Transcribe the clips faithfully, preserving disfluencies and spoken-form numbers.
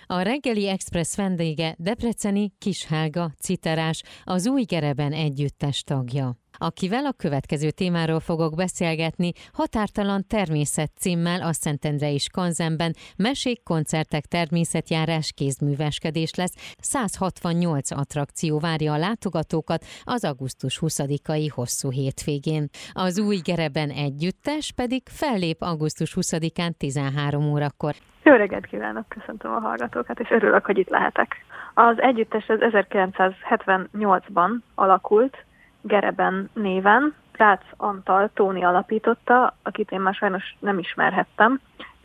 A reggeli express vendége debreceni Kis-Helga citerás, az Új Gereben együttes tagja, akivel a következő témáról fogok beszélgetni. Határtalan természet címmel a Szentendrei Skanzenben mesék, koncertek, természetjárás, kézműveskedés lesz. száz hatvannyolc attrakció várja a látogatókat az augusztus huszadikai hosszú hétvégén. Az Új Gereben együttes pedig fellép augusztus huszadikán tizenhárom órakor. Jó reggelt kívánok, köszöntöm a hallgatókat, és örülök, hogy itt lehetek. Az együttes az ezerkilencszázhetvennyolcban alakult, Gereben néven. Rácz Antal Tóni alapította, akit én már sajnos nem ismerhettem.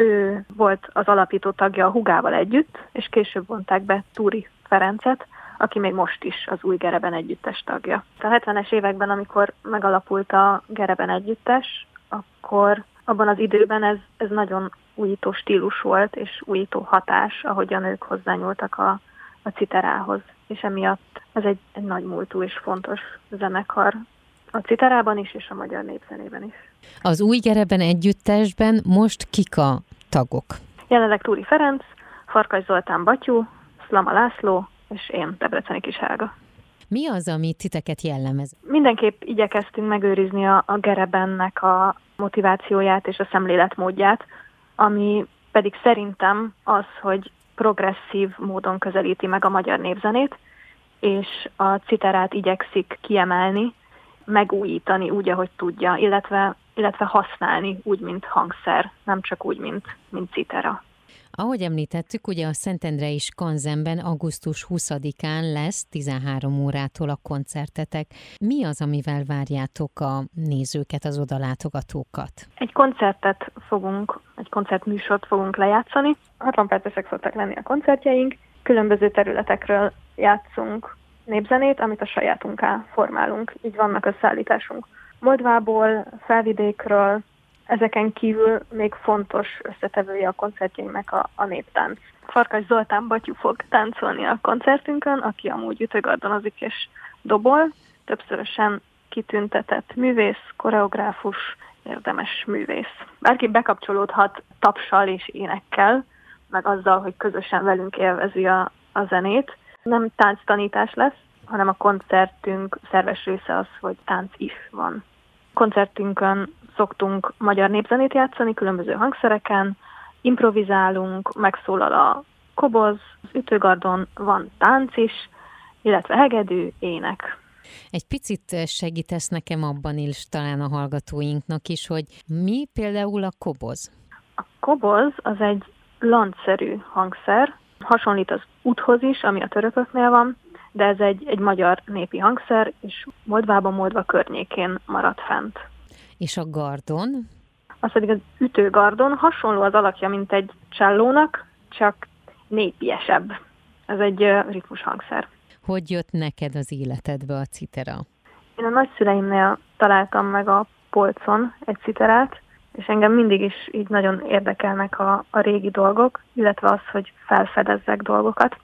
Ő volt az alapító tagja a hugával együtt, és később vonták be Túri Ferencet, aki még most is az Új Gereben együttes tagja. A hetvenes években, amikor megalapult a Gereben együttes, akkor abban az időben ez, ez nagyon újító stílus volt, és újító hatás, ahogyan ők hozzányúltak a, a citerához. És emiatt ez egy, egy nagy múltú és fontos zenekar a citerában is, és a magyar népzenében is. Az Új Gereben együttesben most kik a tagok? Jelenleg Túri Ferenc, Farkas Zoltán Batyú, Szlama László, és én, Debreceni Kis-Helga. Mi az, ami titeket jellemez? Mindenképp igyekeztünk megőrizni a, a Gerebennek a motivációját és a szemléletmódját, ami pedig szerintem az, hogy progresszív módon közelíti meg a magyar népzenét, és a citerát igyekszik kiemelni, megújítani úgy, ahogy tudja, illetve, illetve használni úgy, mint hangszer, nem csak úgy, mint, mint citera. Ahogy említettük, ugye a Szentendrei Skanzenben augusztus huszadikán lesz tizenhárom órától a koncertetek. Mi az, amivel várjátok a nézőket, az odalátogatókat? Egy koncertet fogunk, egy koncertműsort fogunk lejátszani. hatvan percesek szoktak lenni a koncertjeink. Különböző területekről játszunk népzenét, amit a sajátunká formálunk. Így vannak a szállításunk Moldvából, Felvidékről. Ezeken kívül még fontos összetevője a koncertjeinknek a, a néptánc. Farkas Zoltán Batyú fog táncolni a koncertünkön, aki amúgy ütőgardonozik és dobol. Többszörösen kitüntetett művész, koreográfus, érdemes művész. Bárki bekapcsolódhat tapssal és énekkel, meg azzal, hogy közösen velünk élvezi a, a zenét. Nem tánctanítás lesz, hanem a koncertünk szerves része az, hogy tánc is van. Koncertünkön szoktunk magyar népzenét játszani, különböző hangszereken, improvizálunk, megszólal a koboz, az ütőgardon van tánc is, illetve hegedű, ének. Egy picit segítesz nekem abban is, talán a hallgatóinknak is, hogy mi például a koboz? A koboz az egy lancszerű hangszer, hasonlít az úthoz is, ami a törököknél van, de ez egy, egy magyar népi hangszer, és Moldvában, Moldva környékén maradt fent. És a gardon? Az pedig az ütőgardon, hasonló az alakja, mint egy csellónak, csak népiesebb. Ez egy uh, ritmus hangszer. Hogy jött neked az életedbe a citera? Én a nagyszüleimnél találtam meg a polcon egy citerát, és engem mindig is így nagyon érdekelnek a, a régi dolgok, illetve az, hogy felfedezzek dolgokat.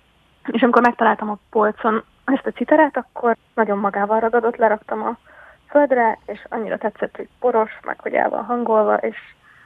És amikor megtaláltam a polcon ezt a citerát, akkor nagyon magával ragadott, leraktam a földre, és annyira tetszett, hogy poros, meg hogy el van hangolva, és,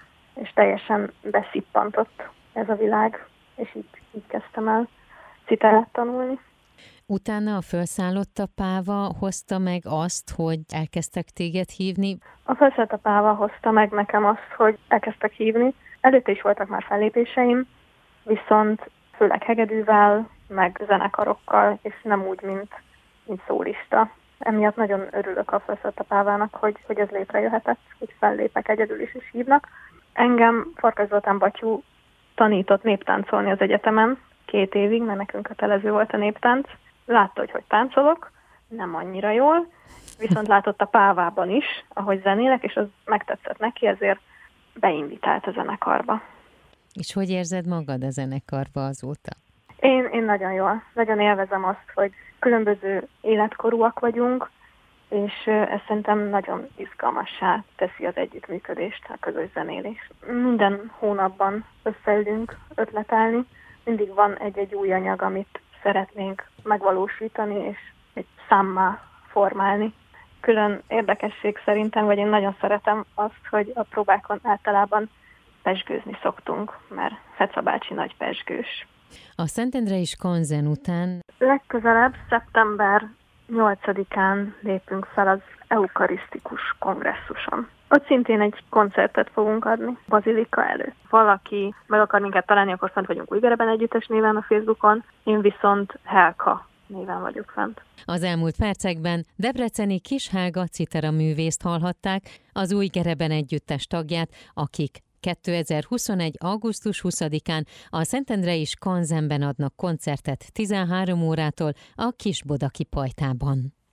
és teljesen beszippantott ez a világ, és így, így kezdtem el citerát tanulni. Utána a felszállott apáva hozta meg azt, hogy elkezdtek téged hívni? A felszállott apáva hozta meg nekem azt, hogy elkezdtek hívni. Előtte is voltak már fellépéseim, viszont főleg hegedűvel, meg zenekarokkal, és nem úgy, mint, mint szólista. Emiatt nagyon örülök a felszállott apávának, hogy, hogy ez létrejöhetett, hogy fellépek egyedül is, és hívnak. Engem Farkas Zoltán Batyú tanított néptáncolni az egyetemen két évig, mert nekünk kötelező volt a néptánc. Látta, hogy hogy táncolok, nem annyira jól, viszont látott a pávában is, ahogy zenélek, és az megtetszett neki, ezért beinvitált a zenekarba. És hogy érzed magad a zenekarba azóta? Én, én nagyon jól. Nagyon élvezem azt, hogy különböző életkorúak vagyunk, és ez szerintem nagyon izgalmassá teszi az együttműködést, a közös zenélés. Minden hónapban összeülünk ötletelni, mindig van egy-egy új anyag, amit szeretnénk megvalósítani, és egy számmá formálni. Külön érdekesség szerintem, vagy én nagyon szeretem azt, hogy a próbákon általában pezsgőzni szoktunk, mert Feca bácsi nagy pezsgős. A Szentendrei Skanzen után legközelebb szeptember nyolcadikán lépünk fel az eukarisztikus kongresszuson. Ott szintén egy koncertet fogunk adni, bazilika előtt. Valaki meg akar minket találni, akkor fent vagyunk Újgereben Együttes néven a Facebookon, én viszont Helka néven vagyok fent. Az elmúlt percekben debreceni Kiss Helga citera művészt hallhatták, az Újgereben Együttes tagját, akik kétezer-huszonegy. augusztus huszadikán a Szentendrei Skanzenben adnak koncertet tizenhárom órától a Kisbodaki Pajtában.